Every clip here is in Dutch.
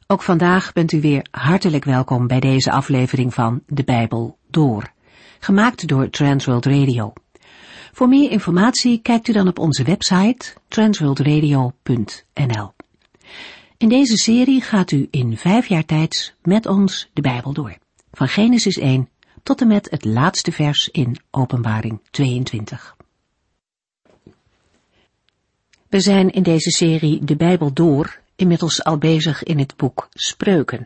Ook vandaag bent u weer hartelijk welkom bij deze aflevering van De Bijbel Door, gemaakt door Transworld Radio. Voor meer informatie kijkt u dan op onze website transworldradio.nl. In deze serie gaat u in 5 jaar tijd met ons de Bijbel door, van Genesis 1 tot en met het laatste vers in Openbaring 22. We zijn in deze serie De Bijbel Door inmiddels al bezig in het boek Spreuken.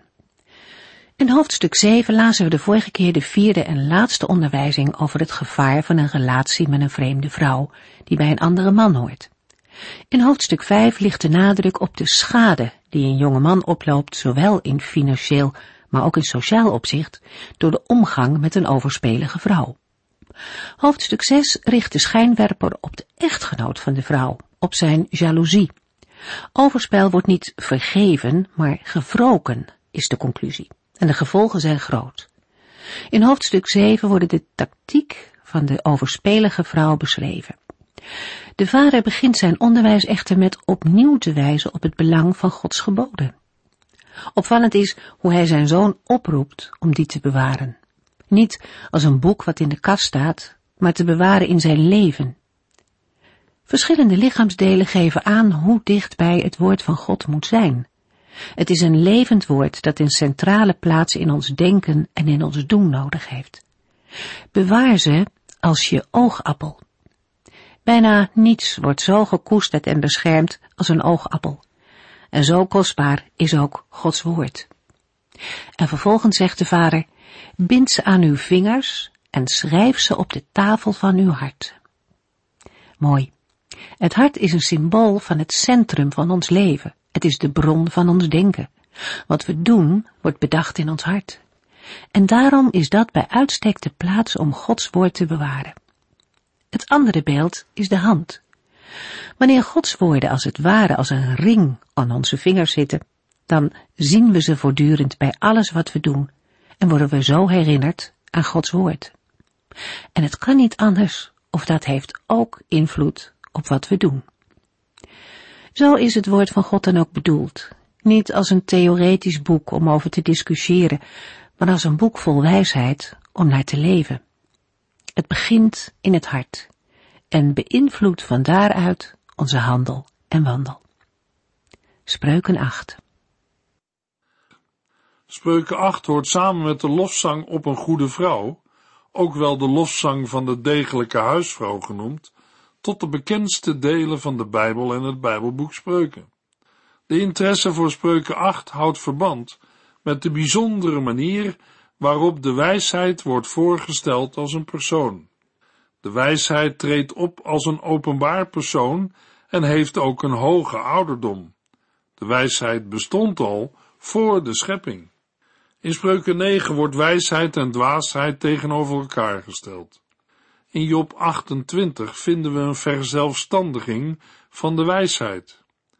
In hoofdstuk 7 lazen we de vorige keer de 4e en laatste onderwijzing over het gevaar van een relatie met een vreemde vrouw die bij een andere man hoort. In hoofdstuk 5 ligt de nadruk op de schade die een jonge man oploopt, zowel in financieel, maar ook in sociaal opzicht, door de omgang met een overspelige vrouw. Hoofdstuk 6 richt de schijnwerper op de echtgenoot van de vrouw, op zijn jaloezie. Overspel wordt niet vergeven, maar gewroken, is de conclusie. En de gevolgen zijn groot. In hoofdstuk 7 worden de tactiek van de overspelige vrouw beschreven. De vader begint zijn onderwijs echter met opnieuw te wijzen op het belang van Gods geboden. Opvallend is hoe hij zijn zoon oproept om die te bewaren. Niet als een boek wat in de kast staat, maar te bewaren in zijn leven. Verschillende lichaamsdelen geven aan hoe dichtbij het woord van God moet zijn. Het is een levend woord dat een centrale plaats in ons denken en in ons doen nodig heeft. Bewaar ze als je oogappel. Bijna niets wordt zo gekoesterd en beschermd als een oogappel. En zo kostbaar is ook Gods woord. En vervolgens zegt de vader, bind ze aan uw vingers en schrijf ze op de tafel van uw hart. Mooi. Het hart is een symbool van het centrum van ons leven. Het is de bron van ons denken. Wat we doen, wordt bedacht in ons hart. En daarom is dat bij uitstek de plaats om Gods woord te bewaren. Het andere beeld is de hand. Wanneer Gods woorden als het ware als een ring aan onze vingers zitten, dan zien we ze voortdurend bij alles wat we doen en worden we zo herinnerd aan Gods woord. En het kan niet anders, of dat heeft ook invloed op wat we doen. Zo is het woord van God dan ook bedoeld. Niet als een theoretisch boek om over te discussiëren, maar als een boek vol wijsheid om naar te leven. Het begint in het hart en beïnvloedt van daaruit onze handel en wandel. Spreuken 8. Spreuken 8 hoort samen met de lofzang op een goede vrouw, ook wel de lofzang van de degelijke huisvrouw genoemd, tot de bekendste delen van de Bijbel en het Bijbelboek Spreuken. De interesse voor Spreuken 8 houdt verband met de bijzondere manier waarop de wijsheid wordt voorgesteld als een persoon. De wijsheid treedt op als een openbaar persoon en heeft ook een hoge ouderdom. De wijsheid bestond al voor de schepping. In Spreuken 9 wordt wijsheid en dwaasheid tegenover elkaar gesteld. In Job 28 vinden we een verzelfstandiging van de wijsheid.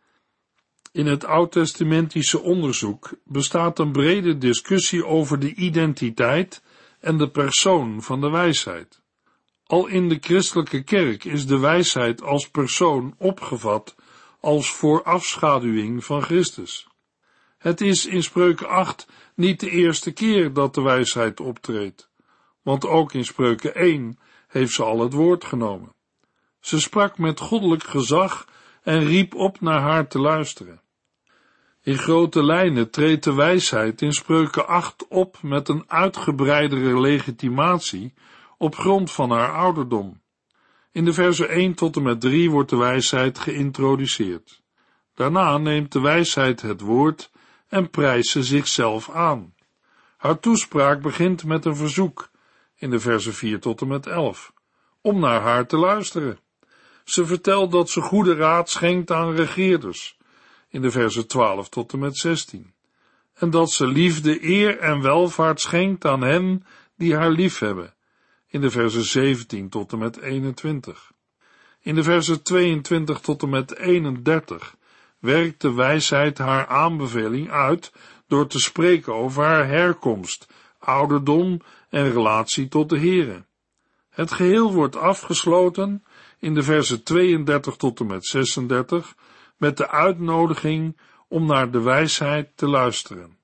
In het oud-testamentische onderzoek bestaat een brede discussie over de identiteit en de persoon van de wijsheid. Al in de christelijke kerk is de wijsheid als persoon opgevat als voorafschaduwing van Christus. Het is in Spreuken 8 niet de eerste keer dat de wijsheid optreedt, want ook in Spreuken 1 heeft ze al het woord genomen. Ze sprak met goddelijk gezag en riep op naar haar te luisteren. In grote lijnen treedt de wijsheid in Spreuken 8 op met een uitgebreidere legitimatie op grond van haar ouderdom. In de versen 1 tot en met 3 wordt de wijsheid geïntroduceerd. Daarna neemt de wijsheid het woord en prijst ze zichzelf aan. Haar toespraak begint met een verzoek, in de versen 4 tot en met 11, om naar haar te luisteren. Ze vertelt dat ze goede raad schenkt aan regeerders, in de versen 12 tot en met 16, en dat ze liefde, eer en welvaart schenkt aan hen die haar liefhebben, in de versen 17 tot en met 21. In de versen 22 tot en met 31 werkt de wijsheid haar aanbeveling uit door te spreken over haar herkomst, ouderdom en relatie tot de Here. Het geheel wordt afgesloten in de versen 32 tot en met 36 met de uitnodiging om naar de wijsheid te luisteren.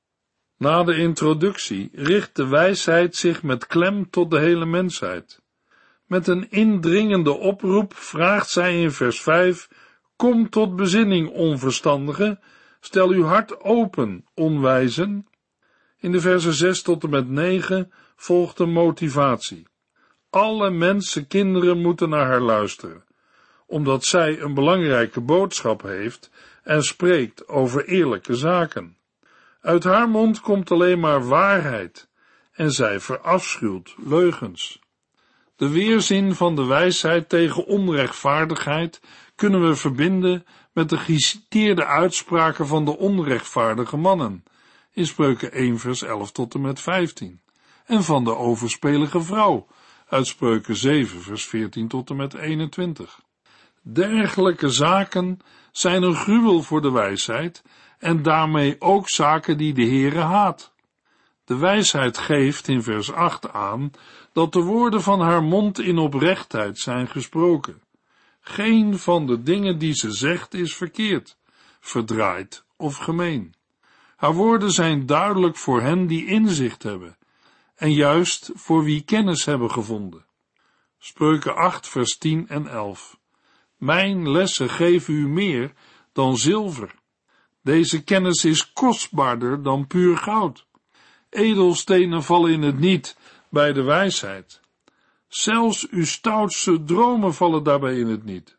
Na de introductie richt de wijsheid zich met klem tot de hele mensheid. Met een indringende oproep vraagt zij in vers 5: Kom tot bezinning, onverstandigen, stel uw hart open, onwijzen. In de versen 6 tot en met 9 volgt een motivatie. Alle mensenkinderen moeten naar haar luisteren, omdat zij een belangrijke boodschap heeft en spreekt over eerlijke zaken. Uit haar mond komt alleen maar waarheid en zij verafschuwt leugens. De weerzin van de wijsheid tegen onrechtvaardigheid kunnen we verbinden met de geciteerde uitspraken van de onrechtvaardige mannen, in Spreuken 1 vers 11 tot en met 15, en van de overspelige vrouw, uit Spreuken 7 vers 14 tot en met 21. Dergelijke zaken zijn een gruwel voor de wijsheid en daarmee ook zaken die de Heere haat. De wijsheid geeft in vers 8 aan dat de woorden van haar mond in oprechtheid zijn gesproken. Geen van de dingen die ze zegt is verkeerd, verdraaid of gemeen. Haar woorden zijn duidelijk voor hen die inzicht hebben, en juist voor wie kennis hebben gevonden. Spreuken 8 vers 10 en 11. Mijn lessen geven u meer dan zilver. Deze kennis is kostbaarder dan puur goud. Edelstenen vallen in het niet bij de wijsheid. Zelfs uw stoutste dromen vallen daarbij in het niet.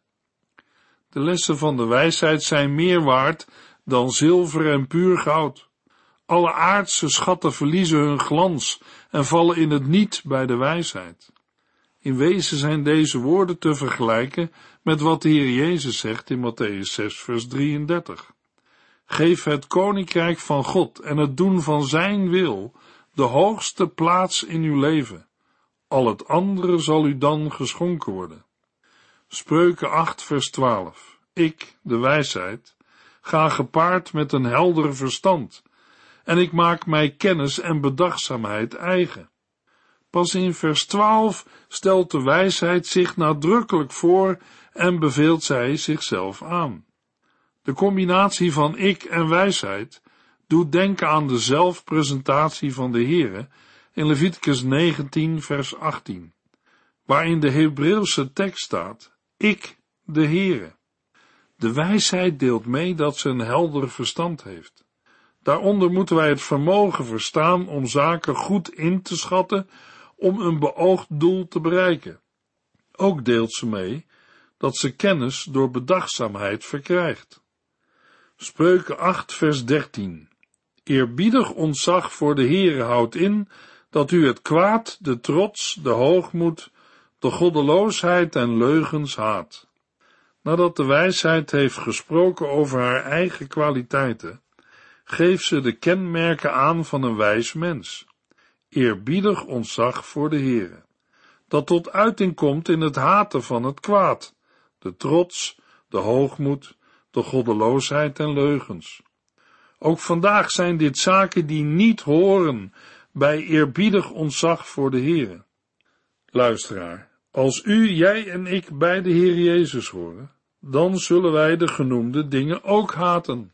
De lessen van de wijsheid zijn meer waard dan zilver en puur goud. Alle aardse schatten verliezen hun glans en vallen in het niet bij de wijsheid. In wezen zijn deze woorden te vergelijken met wat de Heer Jezus zegt in Mattheüs 6 vers 33. Geef het koninkrijk van God en het doen van zijn wil de hoogste plaats in uw leven. Al het andere zal u dan geschonken worden. Spreuken 8 vers 12. Ik, de wijsheid, ga gepaard met een helder verstand, en ik maak mij kennis en bedachtzaamheid eigen. Pas in vers 12 stelt de wijsheid zich nadrukkelijk voor en beveelt zij zichzelf aan. De combinatie van ik en wijsheid doet denken aan de zelfpresentatie van de Heere in Leviticus 19 vers 18, waarin de Hebreeuwse tekst staat: Ik, de Heere. De wijsheid deelt mee dat ze een helder verstand heeft. Daaronder moeten wij het vermogen verstaan om zaken goed in te schatten om een beoogd doel te bereiken. Ook deelt ze mee dat ze kennis door bedachtzaamheid verkrijgt. Spreuken 8 vers 13. Eerbiedig ontzag voor de Heere houdt in dat u het kwaad, de trots, de hoogmoed, de goddeloosheid en leugens haat. Nadat de wijsheid heeft gesproken over haar eigen kwaliteiten, geeft ze de kenmerken aan van een wijs mens. Eerbiedig ontzag voor de Heere, dat tot uiting komt in het haten van het kwaad, de trots, de hoogmoed, de goddeloosheid en leugens. Ook vandaag zijn dit zaken die niet horen bij eerbiedig ontzag voor de Heere. Luisteraar, als u, jij en ik bij de Heer Jezus horen, dan zullen wij de genoemde dingen ook haten.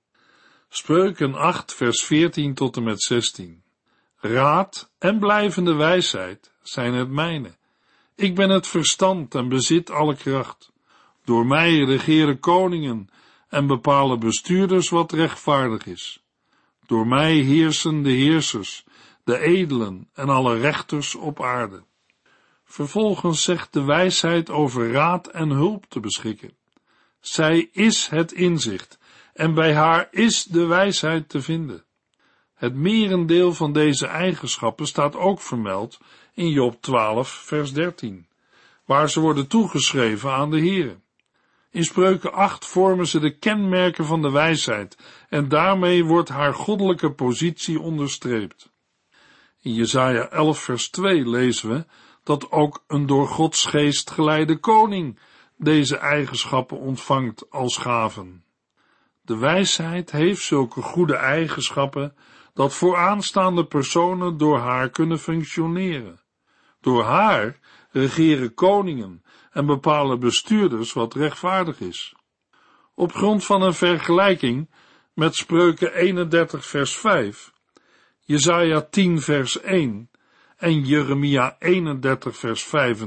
Spreuken 8 vers 14 tot en met 16. Raad en blijvende wijsheid zijn het mijne. Ik ben het verstand en bezit alle kracht. Door mij regeren koningen en bepalen bestuurders wat rechtvaardig is. Door mij heersen de heersers, de edelen en alle rechters op aarde. Vervolgens zegt de wijsheid over raad en hulp te beschikken. Zij is het inzicht en bij haar is de wijsheid te vinden. Het merendeel van deze eigenschappen staat ook vermeld in Job 12 vers 13, waar ze worden toegeschreven aan de Heere. In Spreuken 8 vormen ze de kenmerken van de wijsheid en daarmee wordt haar goddelijke positie onderstreept. In Jesaja 11 vers 2 lezen we dat ook een door Gods geest geleide koning deze eigenschappen ontvangt als gaven. De wijsheid heeft zulke goede eigenschappen dat vooraanstaande personen door haar kunnen functioneren. Door haar regeren koningen en bepalen bestuurders wat rechtvaardig is. Op grond van een vergelijking met Spreuken 31 vers 5, Jesaja 10 vers 1 en Jeremia 31 vers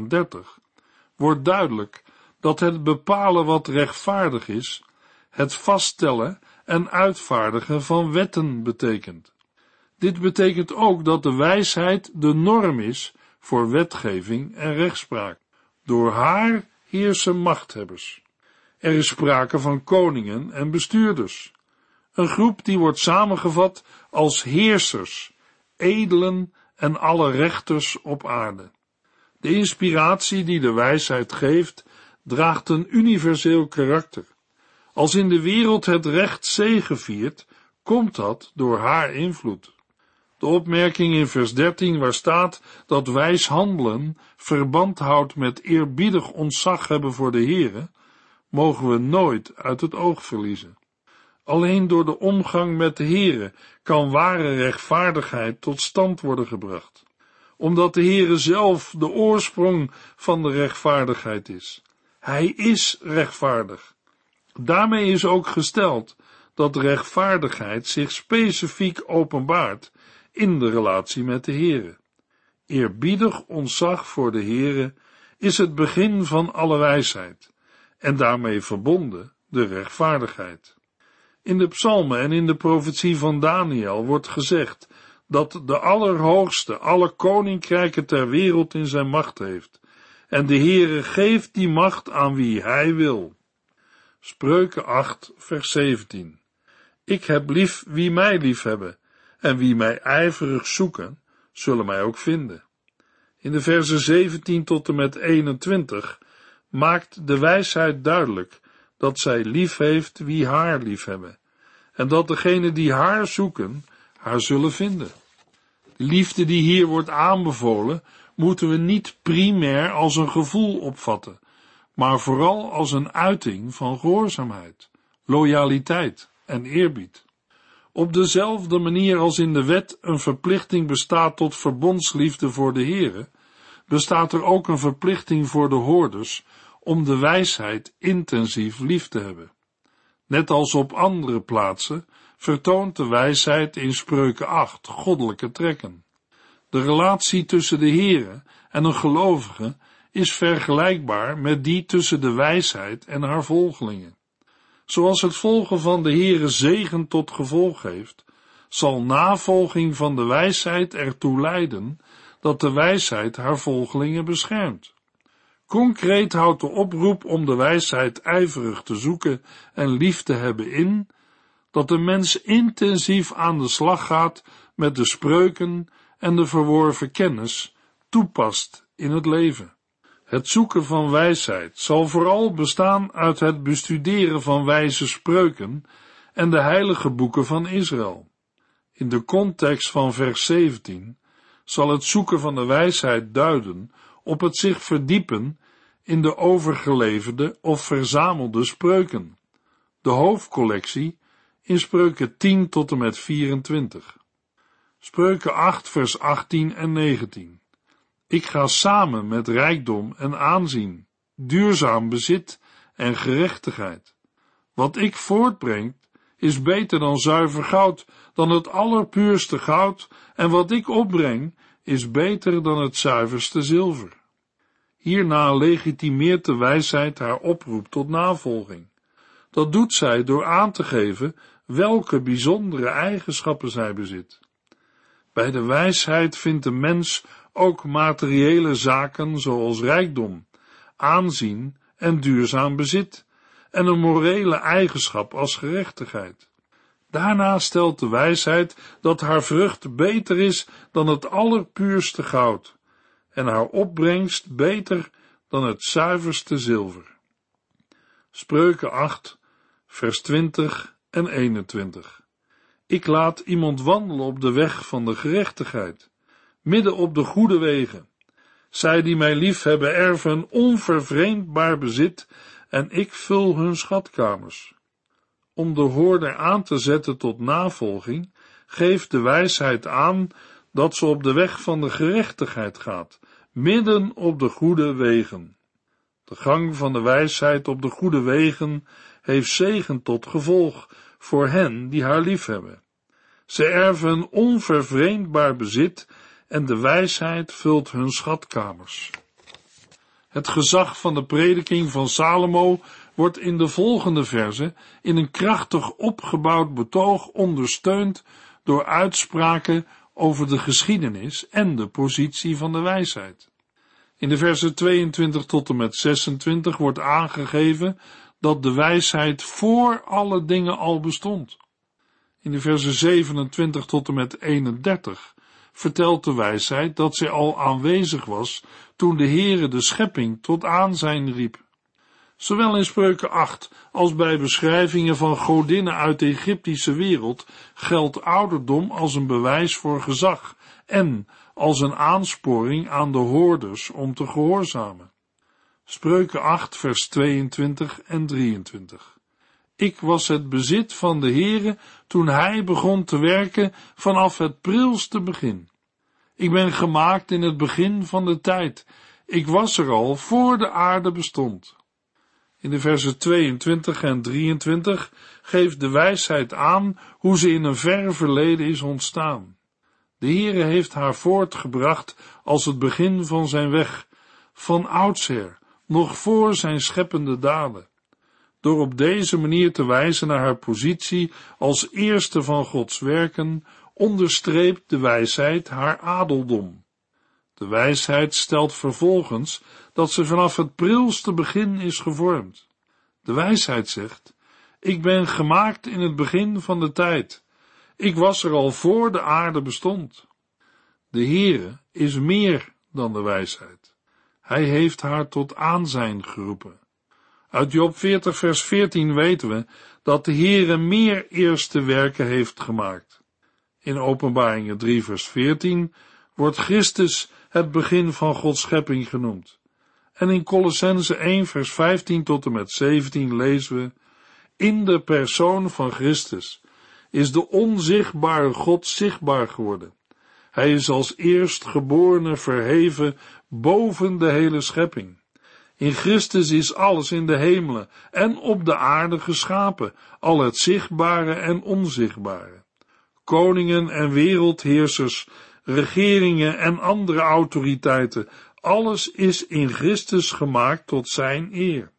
35, wordt duidelijk dat het bepalen wat rechtvaardig is, het vaststellen en uitvaardigen van wetten betekent. Dit betekent ook dat de wijsheid de norm is voor wetgeving en rechtspraak. Door haar heersen machthebbers. Er is sprake van koningen en bestuurders. Een groep die wordt samengevat als heersers, edelen en alle rechters op aarde. De inspiratie die de wijsheid geeft, draagt een universeel karakter. Als in de wereld het recht zegeviert, komt dat door haar invloed. De opmerking in vers 13 waar staat dat wijs handelen verband houdt met eerbiedig ontzag hebben voor de Heere, mogen we nooit uit het oog verliezen. Alleen door de omgang met de Heere kan ware rechtvaardigheid tot stand worden gebracht, omdat de Heere zelf de oorsprong van de rechtvaardigheid is. Hij is rechtvaardig. Daarmee is ook gesteld dat rechtvaardigheid zich specifiek openbaart in de relatie met de Heere. Eerbiedig ontzag voor de Heere is het begin van alle wijsheid en daarmee verbonden de rechtvaardigheid. In de psalmen en in de profetie van Daniël wordt gezegd dat de Allerhoogste alle koninkrijken ter wereld in zijn macht heeft en de Heere geeft die macht aan wie hij wil. Spreuken 8 vers 17. Ik heb lief wie mij lief hebben en wie mij ijverig zoeken, zullen mij ook vinden. In de versen 17 tot en met 21 maakt de wijsheid duidelijk dat zij lief heeft wie haar lief hebben, en dat degenen die haar zoeken, haar zullen vinden. De liefde die hier wordt aanbevolen, moeten we niet primair als een gevoel opvatten, maar vooral als een uiting van gehoorzaamheid, loyaliteit en eerbied. Op dezelfde manier als in de wet een verplichting bestaat tot verbondsliefde voor de Heere, bestaat er ook een verplichting voor de hoorders om de wijsheid intensief lief te hebben. Net als op andere plaatsen vertoont de wijsheid in Spreuken 8 goddelijke trekken. De relatie tussen de Heere en een gelovige is vergelijkbaar met die tussen de wijsheid en haar volgelingen. Zoals het volgen van de Heere zegen tot gevolg heeft, zal navolging van de wijsheid ertoe leiden dat de wijsheid haar volgelingen beschermt. Concreet houdt de oproep om de wijsheid ijverig te zoeken en lief te hebben in, dat de mens intensief aan de slag gaat met de spreuken en de verworven kennis toepast in het leven. Het zoeken van wijsheid zal vooral bestaan uit het bestuderen van wijze spreuken en de heilige boeken van Israël. In de context van vers 17 zal het zoeken van de wijsheid duiden op het zich verdiepen in de overgeleverde of verzamelde spreuken. De hoofdcollectie in Spreuken 10 tot en met 24. Spreuken 8 vers 18 en 19. Ik ga samen met rijkdom en aanzien, duurzaam bezit en gerechtigheid. Wat ik voortbreng is beter dan zuiver goud, dan het allerpuurste goud, en wat ik opbreng is beter dan het zuiverste zilver. Hierna legitimeert de wijsheid haar oproep tot navolging. Dat doet zij door aan te geven welke bijzondere eigenschappen zij bezit. Bij de wijsheid vindt de mens ook materiële zaken zoals rijkdom, aanzien en duurzaam bezit, en een morele eigenschap als gerechtigheid. Daarna stelt de wijsheid dat haar vrucht beter is dan het allerpuurste goud, en haar opbrengst beter dan het zuiverste zilver. Spreuken 8, vers 20 en 21. Ik laat iemand wandelen op de weg van de gerechtigheid, midden op de goede wegen. Zij die mij lief hebben erven een onvervreemdbaar bezit, en ik vul hun schatkamers. Om de hoorder aan te zetten tot navolging, geeft de wijsheid aan dat ze op de weg van de gerechtigheid gaat, midden op de goede wegen. De gang van de wijsheid op de goede wegen heeft zegen tot gevolg voor hen die haar liefhebben. Ze erven een onvervreemdbaar bezit en de wijsheid vult hun schatkamers. Het gezag van de prediking van Salomo wordt in de volgende verse in een krachtig opgebouwd betoog ondersteund door uitspraken over de geschiedenis en de positie van de wijsheid. In de versen 22 tot en met 26 wordt aangegeven dat de wijsheid voor alle dingen al bestond. In de versen 27 tot en met 31 vertelt de wijsheid dat zij al aanwezig was toen de Heere de schepping tot aanzijn riep. Zowel in Spreuken 8 als bij beschrijvingen van godinnen uit de Egyptische wereld geldt ouderdom als een bewijs voor gezag en als een aansporing aan de hoorders om te gehoorzamen. Spreuken 8 vers 22 en 23. Ik was het bezit van de Heere toen hij begon te werken vanaf het prilste begin. Ik ben gemaakt in het begin van de tijd. Ik was er al voor de aarde bestond. In de versen 22 en 23 geeft de wijsheid aan hoe ze in een ver verleden is ontstaan. De Heere heeft haar voortgebracht als het begin van zijn weg, van oudsher, nog voor zijn scheppende daden. Door op deze manier te wijzen naar haar positie als eerste van Gods werken, onderstreept de wijsheid haar adeldom. De wijsheid stelt vervolgens dat ze vanaf het prilste begin is gevormd. De wijsheid zegt, ik ben gemaakt in het begin van de tijd. Ik was er al voor de aarde bestond. De Heere is meer dan de wijsheid. Hij heeft haar tot aanzijn geroepen. Uit Job 40 vers 14 weten we dat de Heere meer eerste werken heeft gemaakt. In Openbaringen 3 vers 14 wordt Christus het begin van Gods schepping genoemd. En in Kolossenzen 1 vers 15 tot en met 17 lezen we, in de persoon van Christus is de onzichtbare God zichtbaar geworden. Hij is als eerstgeborene verheven boven de hele schepping. In Christus is alles in de hemelen en op de aarde geschapen, al het zichtbare en onzichtbare. Koningen en wereldheersers, regeringen en andere autoriteiten, alles is in Christus gemaakt tot zijn eer.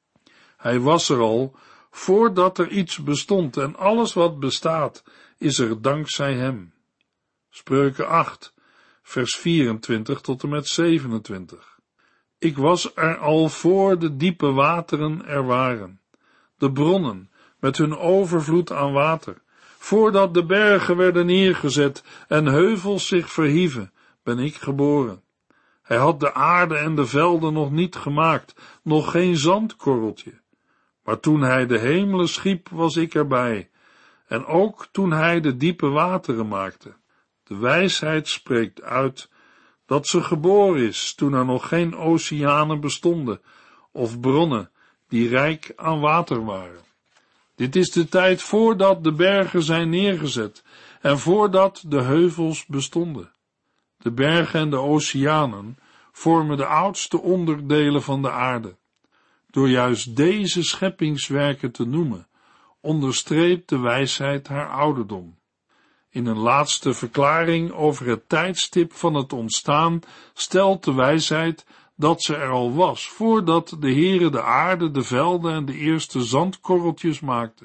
Hij was er al voordat er iets bestond en alles wat bestaat is er dankzij hem. Spreuken 8, vers 24 tot en met 27. Ik was er al voor de diepe wateren er waren, de bronnen met hun overvloed aan water. Voordat de bergen werden neergezet en heuvels zich verhieven, ben ik geboren. Hij had de aarde en de velden nog niet gemaakt, nog geen zandkorreltje. Maar toen hij de hemelen schiep, was ik erbij, en ook toen hij de diepe wateren maakte. De wijsheid spreekt uit dat ze geboren is toen er nog geen oceanen bestonden, of bronnen die rijk aan water waren. Dit is de tijd voordat de bergen zijn neergezet en voordat de heuvels bestonden. De bergen en de oceanen vormen de oudste onderdelen van de aarde. Door juist deze scheppingswerken te noemen, onderstreept de wijsheid haar ouderdom. In een laatste verklaring over het tijdstip van het ontstaan stelt de wijsheid dat ze er al was, voordat de Heere de aarde, de velden en de eerste zandkorreltjes maakte.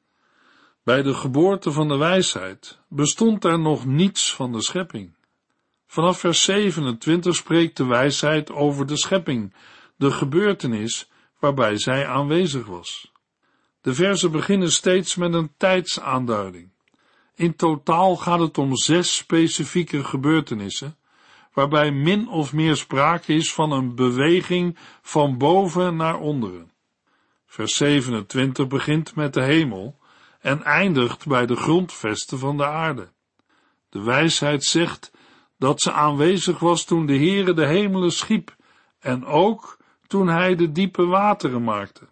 Bij de geboorte van de wijsheid bestond er nog niets van de schepping. Vanaf vers 27 spreekt de wijsheid over de schepping, de gebeurtenis waarbij zij aanwezig was. De verzen beginnen steeds met een tijdsaanduiding. In totaal gaat het om 6 specifieke gebeurtenissen, waarbij min of meer sprake is van een beweging van boven naar onderen. Vers 27 begint met de hemel en eindigt bij de grondvesten van de aarde. De wijsheid zegt dat ze aanwezig was toen de Heere de hemelen schiep en ook toen hij de diepe wateren maakte.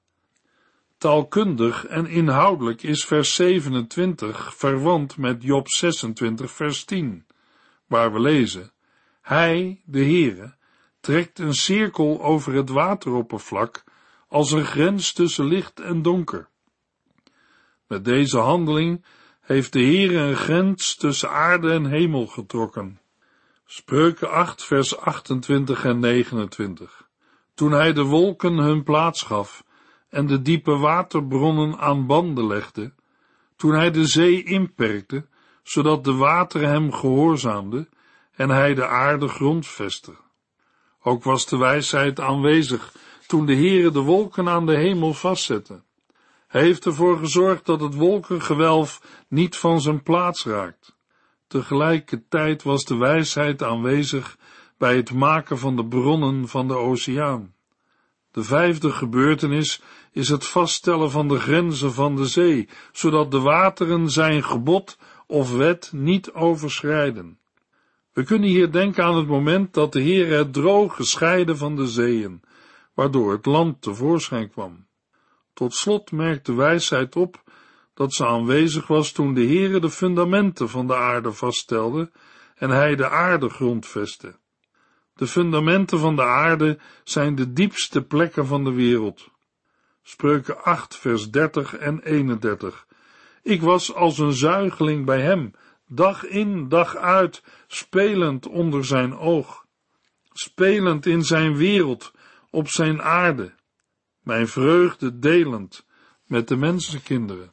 Taalkundig en inhoudelijk is vers 27 verwant met Job 26 vers 10, waar we lezen, hij, de Heere, trekt een cirkel over het wateroppervlak als een grens tussen licht en donker. Met deze handeling heeft de Heere een grens tussen aarde en hemel getrokken. Spreuken 8 vers 28 en 29. Toen hij de wolken hun plaats gaf en de diepe waterbronnen aan banden legde, toen hij de zee inperkte, zodat de wateren hem gehoorzaamden en hij de aarde grondvestte. Ook was de wijsheid aanwezig toen de Heere de wolken aan de hemel vastzette. Hij heeft ervoor gezorgd dat het wolkengewelf niet van zijn plaats raakt. Tegelijkertijd was de wijsheid aanwezig bij het maken van de bronnen van de oceaan. De vijfde gebeurtenis is het vaststellen van de grenzen van de zee, zodat de wateren zijn gebod of wet niet overschrijden. We kunnen hier denken aan het moment dat de Heere het droog gescheiden van de zeeën, waardoor het land tevoorschijn kwam. Tot slot merkt de wijsheid op dat ze aanwezig was toen de Heere de fundamenten van de aarde vaststelde en hij de aarde grondvestte. De fundamenten van de aarde zijn de diepste plekken van de wereld. Spreuken 8 vers 30 en 31. Ik was als een zuigeling bij hem, dag in, dag uit, spelend onder zijn oog, spelend in zijn wereld, op zijn aarde, mijn vreugde delend met de mensenkinderen.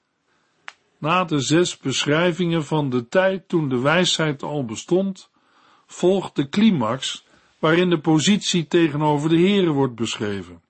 Na de 6 beschrijvingen van de tijd toen de wijsheid al bestond, volgt de climax waarin de positie tegenover de Heere wordt beschreven.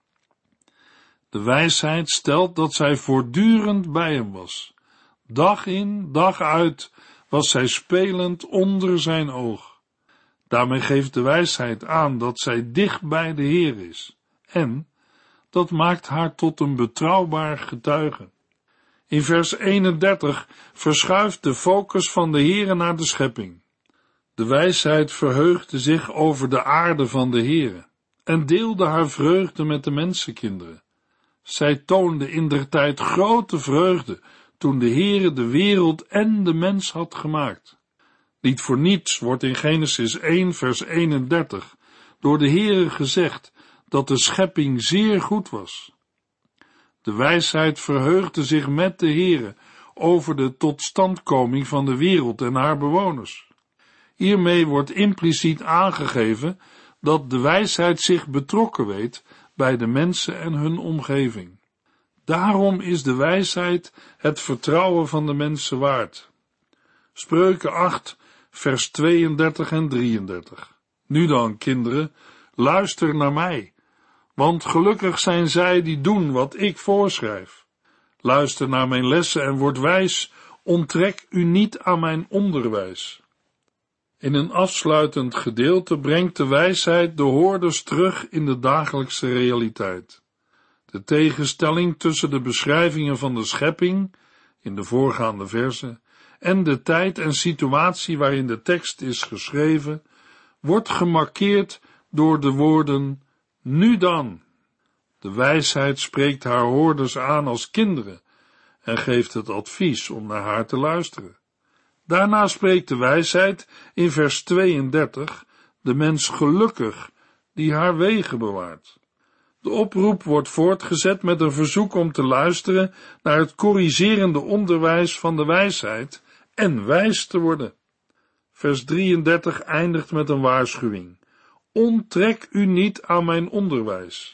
De wijsheid stelt dat zij voortdurend bij hem was. Dag in, dag uit was zij spelend onder zijn oog. Daarmee geeft de wijsheid aan dat zij dicht bij de Heer is. En dat maakt haar tot een betrouwbaar getuige. In vers 31 verschuift de focus van de Heere naar de schepping. De wijsheid verheugde zich over de aarde van de Heere en deelde haar vreugde met de mensenkinderen. Zij toonde indertijd grote vreugde toen de Heere de wereld en de mens had gemaakt. Niet voor niets wordt in Genesis 1 vers 31 door de Heere gezegd dat de schepping zeer goed was. De wijsheid verheugde zich met de Heere over de totstandkoming van de wereld en haar bewoners. Hiermee wordt impliciet aangegeven dat de wijsheid zich betrokken weet bij de mensen en hun omgeving. Daarom is de wijsheid het vertrouwen van de mensen waard. Spreuken 8, vers 32 en 33. Nu dan, kinderen, luister naar mij, want gelukkig zijn zij die doen wat ik voorschrijf. Luister naar mijn lessen en word wijs, onttrek u niet aan mijn onderwijs. In een afsluitend gedeelte brengt de wijsheid de hoorders terug in de dagelijkse realiteit. De tegenstelling tussen de beschrijvingen van de schepping, in de voorgaande verzen, en de tijd en situatie waarin de tekst is geschreven, wordt gemarkeerd door de woorden, nu dan. De wijsheid spreekt haar hoorders aan als kinderen en geeft het advies om naar haar te luisteren. Daarna spreekt de wijsheid in vers 32 de mens gelukkig die haar wegen bewaart. De oproep wordt voortgezet met een verzoek om te luisteren naar het corrigerende onderwijs van de wijsheid en wijs te worden. Vers 33 eindigt met een waarschuwing. Onttrek u niet aan mijn onderwijs.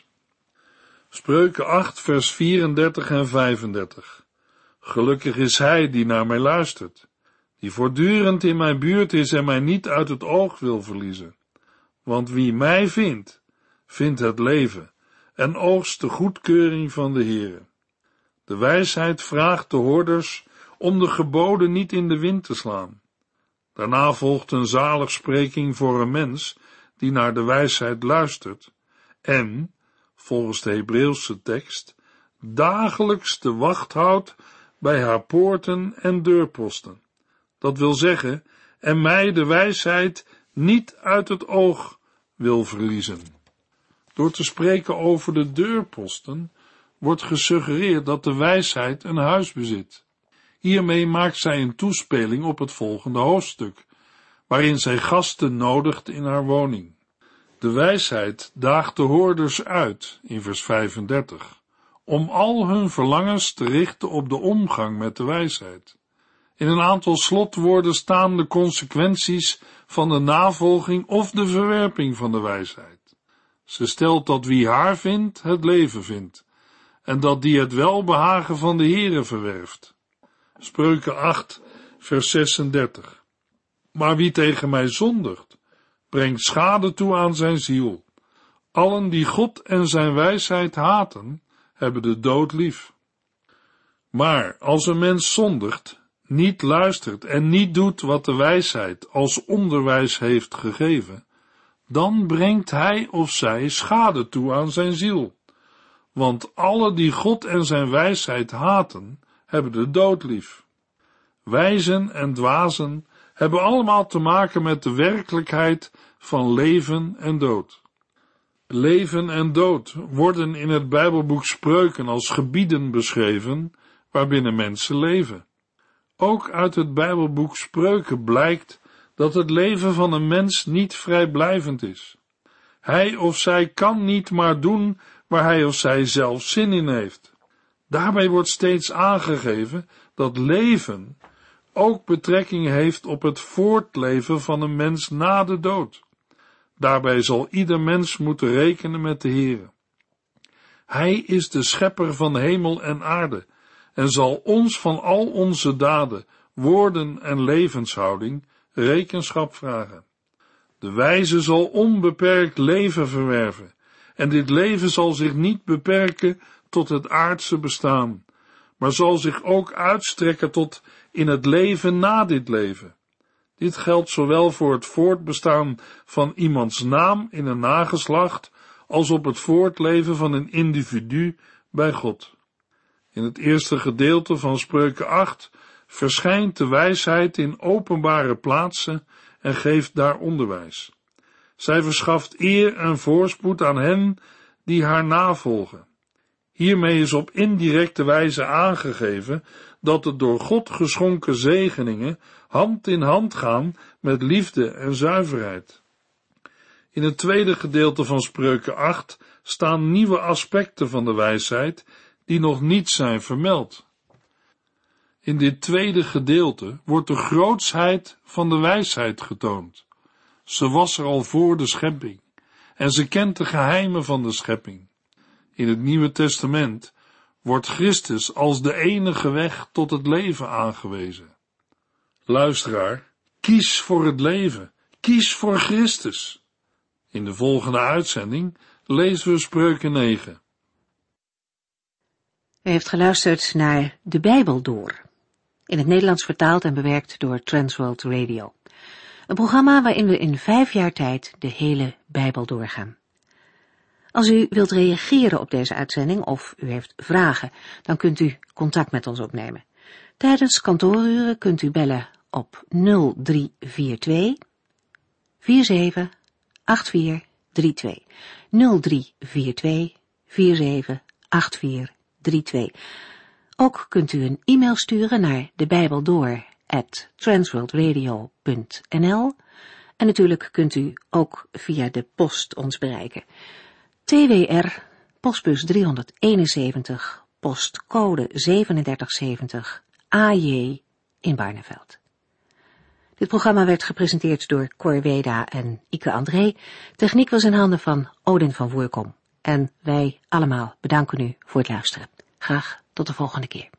Spreuken 8 vers 34 en 35. Gelukkig is hij die naar mij luistert, die voortdurend in mijn buurt is en mij niet uit het oog wil verliezen. Want wie mij vindt, vindt het leven en oogst de goedkeuring van de Heere. De wijsheid vraagt de hoorders om de geboden niet in de wind te slaan. Daarna volgt een zaligspreking voor een mens die naar de wijsheid luistert en, volgens de Hebreeuwse tekst, dagelijks de wacht houdt bij haar poorten en deurposten. Dat wil zeggen, en mij de wijsheid niet uit het oog wil verliezen. Door te spreken over de deurposten wordt gesuggereerd dat de wijsheid een huis bezit. Hiermee maakt zij een toespeling op het volgende hoofdstuk, waarin zij gasten nodigt in haar woning. De wijsheid daagt de hoorders uit, in vers 35, om al hun verlangens te richten op de omgang met de wijsheid. In een aantal slotwoorden staan de consequenties van de navolging of de verwerping van de wijsheid. Ze stelt dat wie haar vindt, het leven vindt, en dat die het welbehagen van de Heere verwerft. Spreuken 8, vers 36. Maar wie tegen mij zondigt, brengt schade toe aan zijn ziel. Allen die God en zijn wijsheid haten, hebben de dood lief. Maar als een mens zondigt, niet luistert en niet doet wat de wijsheid als onderwijs heeft gegeven, dan brengt hij of zij schade toe aan zijn ziel. Want alle die God en zijn wijsheid haten, hebben de dood lief. Wijzen en dwazen hebben allemaal te maken met de werkelijkheid van leven en dood. Leven en dood worden in het Bijbelboek Spreuken als gebieden beschreven waarbinnen mensen leven. Ook uit het Bijbelboek Spreuken blijkt dat het leven van een mens niet vrijblijvend is. Hij of zij kan niet maar doen waar hij of zij zelf zin in heeft. Daarbij wordt steeds aangegeven dat leven ook betrekking heeft op het voortleven van een mens na de dood. Daarbij zal ieder mens moeten rekenen met de Heere. Hij is de schepper van hemel en aarde en zal ons van al onze daden, woorden en levenshouding rekenschap vragen. De wijze zal onbeperkt leven verwerven en dit leven zal zich niet beperken tot het aardse bestaan, maar zal zich ook uitstrekken tot in het leven na dit leven. Dit geldt zowel voor het voortbestaan van iemands naam in een nageslacht, als op het voortleven van een individu bij God. In het eerste gedeelte van Spreuken 8 verschijnt de wijsheid in openbare plaatsen en geeft daar onderwijs. Zij verschaft eer en voorspoed aan hen die haar navolgen. Hiermee is op indirecte wijze aangegeven dat de door God geschonken zegeningen hand in hand gaan met liefde en zuiverheid. In het tweede gedeelte van Spreuken 8 staan nieuwe aspecten van de wijsheid die nog niet zijn vermeld. In dit tweede gedeelte wordt de grootsheid van de wijsheid getoond. Ze was er al voor de schepping en ze kent de geheimen van de schepping. In het Nieuwe Testament wordt Christus als de enige weg tot het leven aangewezen. Luisteraar, kies voor het leven, kies voor Christus. In de volgende uitzending lezen we Spreuken 9. U heeft geluisterd naar De Bijbel Door, in het Nederlands vertaald en bewerkt door Transworld Radio. Een programma waarin we in 5 jaar tijd de hele Bijbel doorgaan. Als u wilt reageren op deze uitzending of u heeft vragen, dan kunt u contact met ons opnemen. Tijdens kantooruren kunt u bellen op 0342 478432. 0342 478432. Ook kunt u een e-mail sturen naar debijbeldoor@transworldradio.nl en natuurlijk kunt u ook via de post ons bereiken. TWR, postbus 371, postcode 3770, AJ in Barneveld. Dit programma werd gepresenteerd door Cor Weda en Ike André. Techniek was in handen van Odin van Woerkom. En wij allemaal bedanken u voor het luisteren. Graag tot de volgende keer.